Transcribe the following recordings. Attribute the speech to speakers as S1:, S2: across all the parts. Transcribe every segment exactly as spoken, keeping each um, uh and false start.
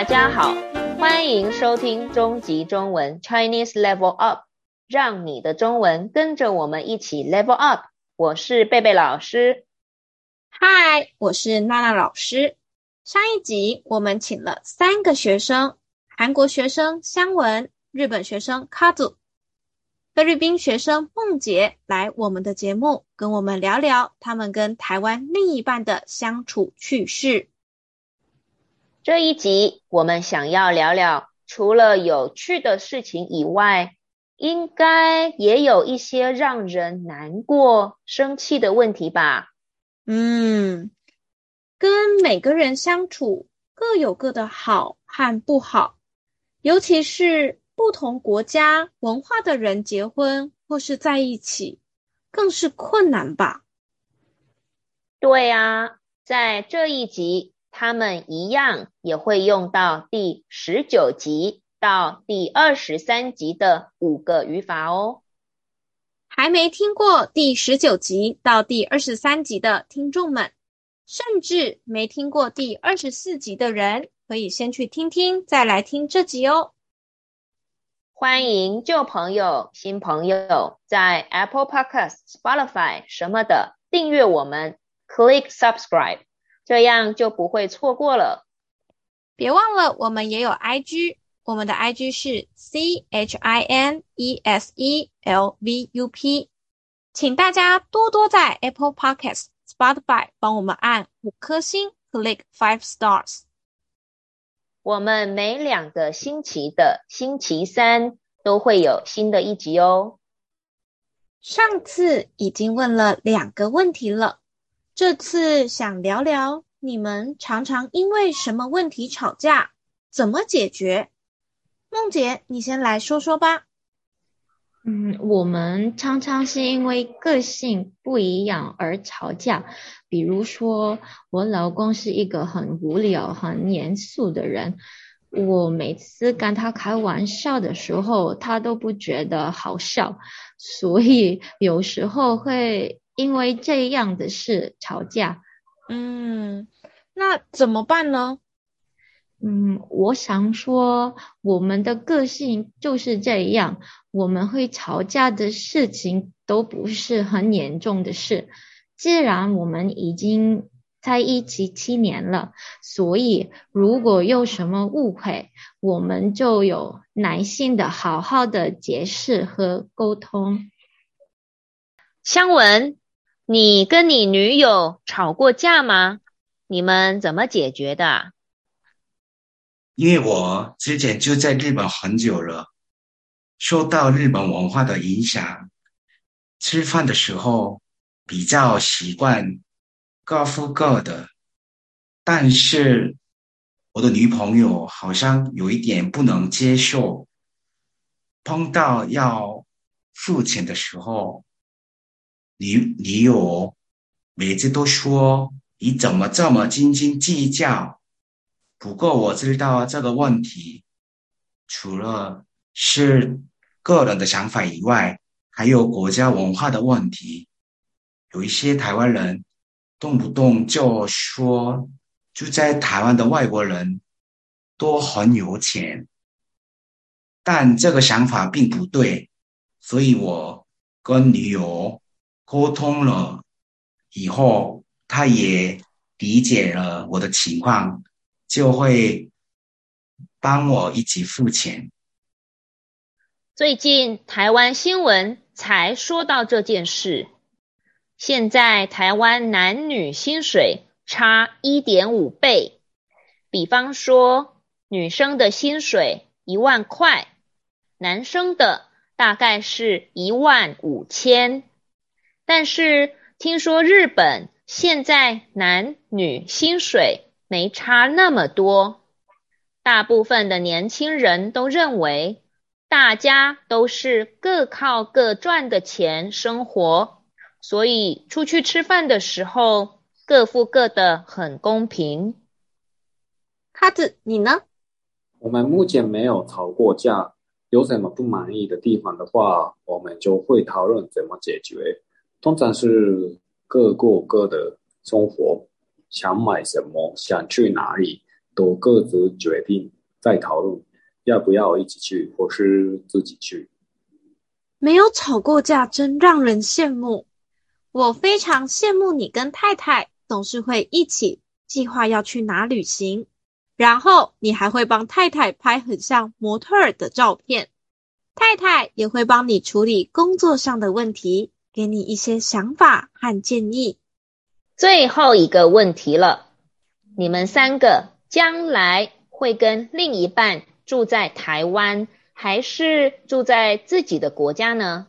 S1: 大家好，欢迎收听中级中文 Chinese Level Up， 让你的中文跟着我们一起 Level Up。 我是贝贝老师。
S2: 嗨，我是娜娜老师。上一集我们请了三个学生，韩国学生香文，日本学生卡祖，菲律宾学生梦洁来我们的节目，跟我们聊聊他们跟台湾另一半的相处趣事。
S1: 这一集我们想要聊聊，除了有趣的事情以外，应该也有一些让人难过、生气的问题吧？
S2: 嗯，跟每个人相处各有各的好和不好，尤其是不同国家文化的人结婚或是在一起，更是困难吧？
S1: 对啊，在这一集他们一样也会用到第十九集到第二十三集的五个语法哦。
S2: 还没听过第十九集到第二十三集的听众们，甚至没听过第二十四集的人，可以先去听听，再来听这集哦。
S1: 欢迎旧朋友、新朋友在 Apple Podcast、Spotify 什么的订阅我们 ，click subscribe， 这样就不会错过了。
S2: 别忘了我们也有 I G， 我们的 I G 是 C H I N E S E L V U P， 请大家多多在 Apple Podcast、Spotify 帮我们按五颗星 click five stars。
S1: 我们每两个星期的星期三都会有新的一集哦。
S2: 上次已经问了两个问题了，这次想聊聊你们常常因为什么问题吵架，怎么解决？梦洁，你先来说说吧。
S3: 嗯，我们常常是因为个性不一样而吵架。比如说，我老公是一个很无聊、很严肃的人，我每次跟他开玩笑的时候，他都不觉得好笑，所以有时候会因为这样的事吵架。
S2: 嗯，那怎么办呢？
S3: 嗯，我想说，我们的个性就是这样，我们会吵架的事情都不是很严重的事。既然我们已经在一起七年了，所以如果有什么误会，我们就有耐心的好好的解释和沟通。
S1: 香文，你跟你女友吵过架吗？你们怎么解决的？
S4: 因为我之前就在日本很久了，受到日本文化的影响，吃饭的时候比较习惯各付各的，但是我的女朋友好像有一点不能接受，碰到要付钱的时候，女女友每次都说你怎么这么斤斤计较。不过我知道这个问题除了是个人的想法以外，还有国家文化的问题。有一些台湾人动不动就说住在台湾的外国人都很有钱，但这个想法并不对，所以我跟女友沟通了以后，她也理解了我的情况，就会帮我一起付钱。
S1: 最近台湾新闻才说到这件事，现在台湾男女薪水差 一点五 倍，比方说女生的薪水一万块，男生的大概是一万五千。但是听说日本现在男女薪水没差那么多，大部分的年轻人都认为大家都是各靠各赚的钱生活，所以出去吃饭的时候各付各的，很公平。
S2: 卡子，你呢？
S5: 我们目前没有吵过架，有什么不满意的地方的话，我们就会讨论怎么解决。通常是各过各的生活，想买什么，想去哪里， 都各自决定再讨论要不要一起去或是自己去。
S2: 没有吵过架真让人羡慕。我非常羡慕你跟太太总是会一起计划要去哪旅行，然后你还会帮太太拍很像模特儿的照片。太太也会帮你处理工作上的问题，给你一些想法和建议。
S1: 最后一个问题了，你们三个将来会跟另一半住在台湾，还是住在自己的国家呢？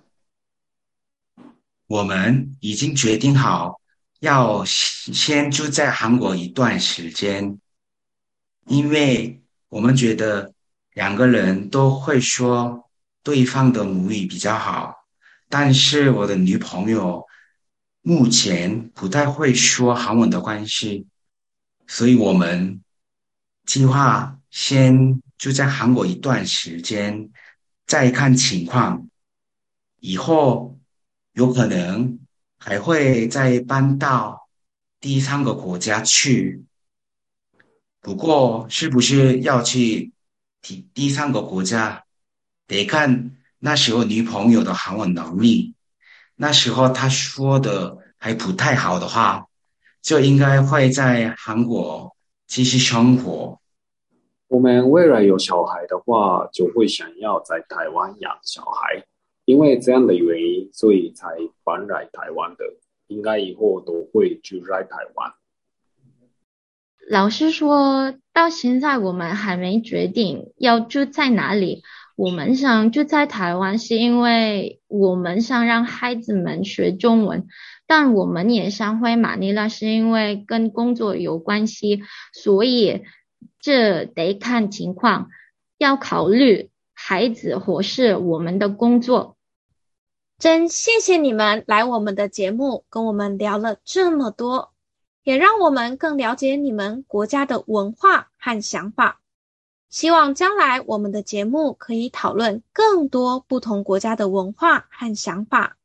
S4: 我们已经决定好要先住在韩国一段时间，因为我们觉得两个人都会说对方的母语比较好，但是我的女朋友目前不太会说韩文的关系，所以我们计划先住在韩国一段时间，再看情况，以后有可能还会再搬到第三个国家去。不过，是不是要去第第三个国家，得看那时候女朋友的韩文能力。那时候她说的还不太好的话，就应该会在韩国继续生活。
S5: 我们未来有小孩的话，就会想要在台湾养小孩，因为这样的原因，所以才搬来台湾的。应该以后都会住在台湾。
S3: 老实说，到现在我们还没决定要住在哪里。我们想住在台湾，是因为我们想让孩子们学中文，但我们也想回马尼拉，是因为跟工作有关系，所以这得看情况，要考虑孩子或是我们的工作。
S2: 真谢谢你们来我们的节目，跟我们聊了这么多，也让我们更了解你们国家的文化和想法。希望将来我们的节目可以讨论更多不同国家的文化和想法。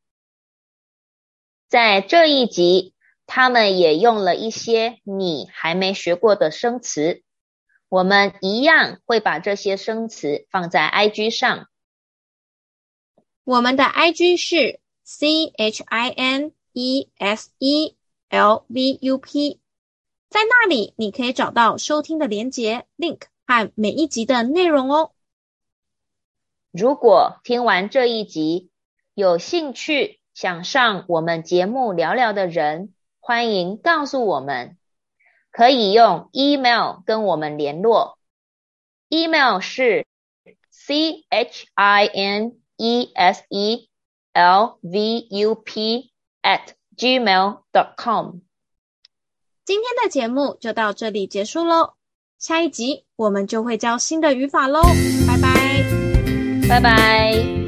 S1: 在这一集，他们也用了一些你还没学过的生词，我们一样会把这些生词放在 I G 上。
S2: 我们的 I G 是 C H I N E S E L V U P， 在那里你可以找到收听的连结 link 和每一集的内容哦。
S1: 如果听完这一集有兴趣想上我们节目聊聊的人，欢迎告诉我们，可以用 email 跟我们联络， email 是 C H I N E S E L V U P at gmail dot com。
S2: 今天的节目就到这里结束咯，下一集我们就会教新的语法咯，拜拜。
S1: 拜拜。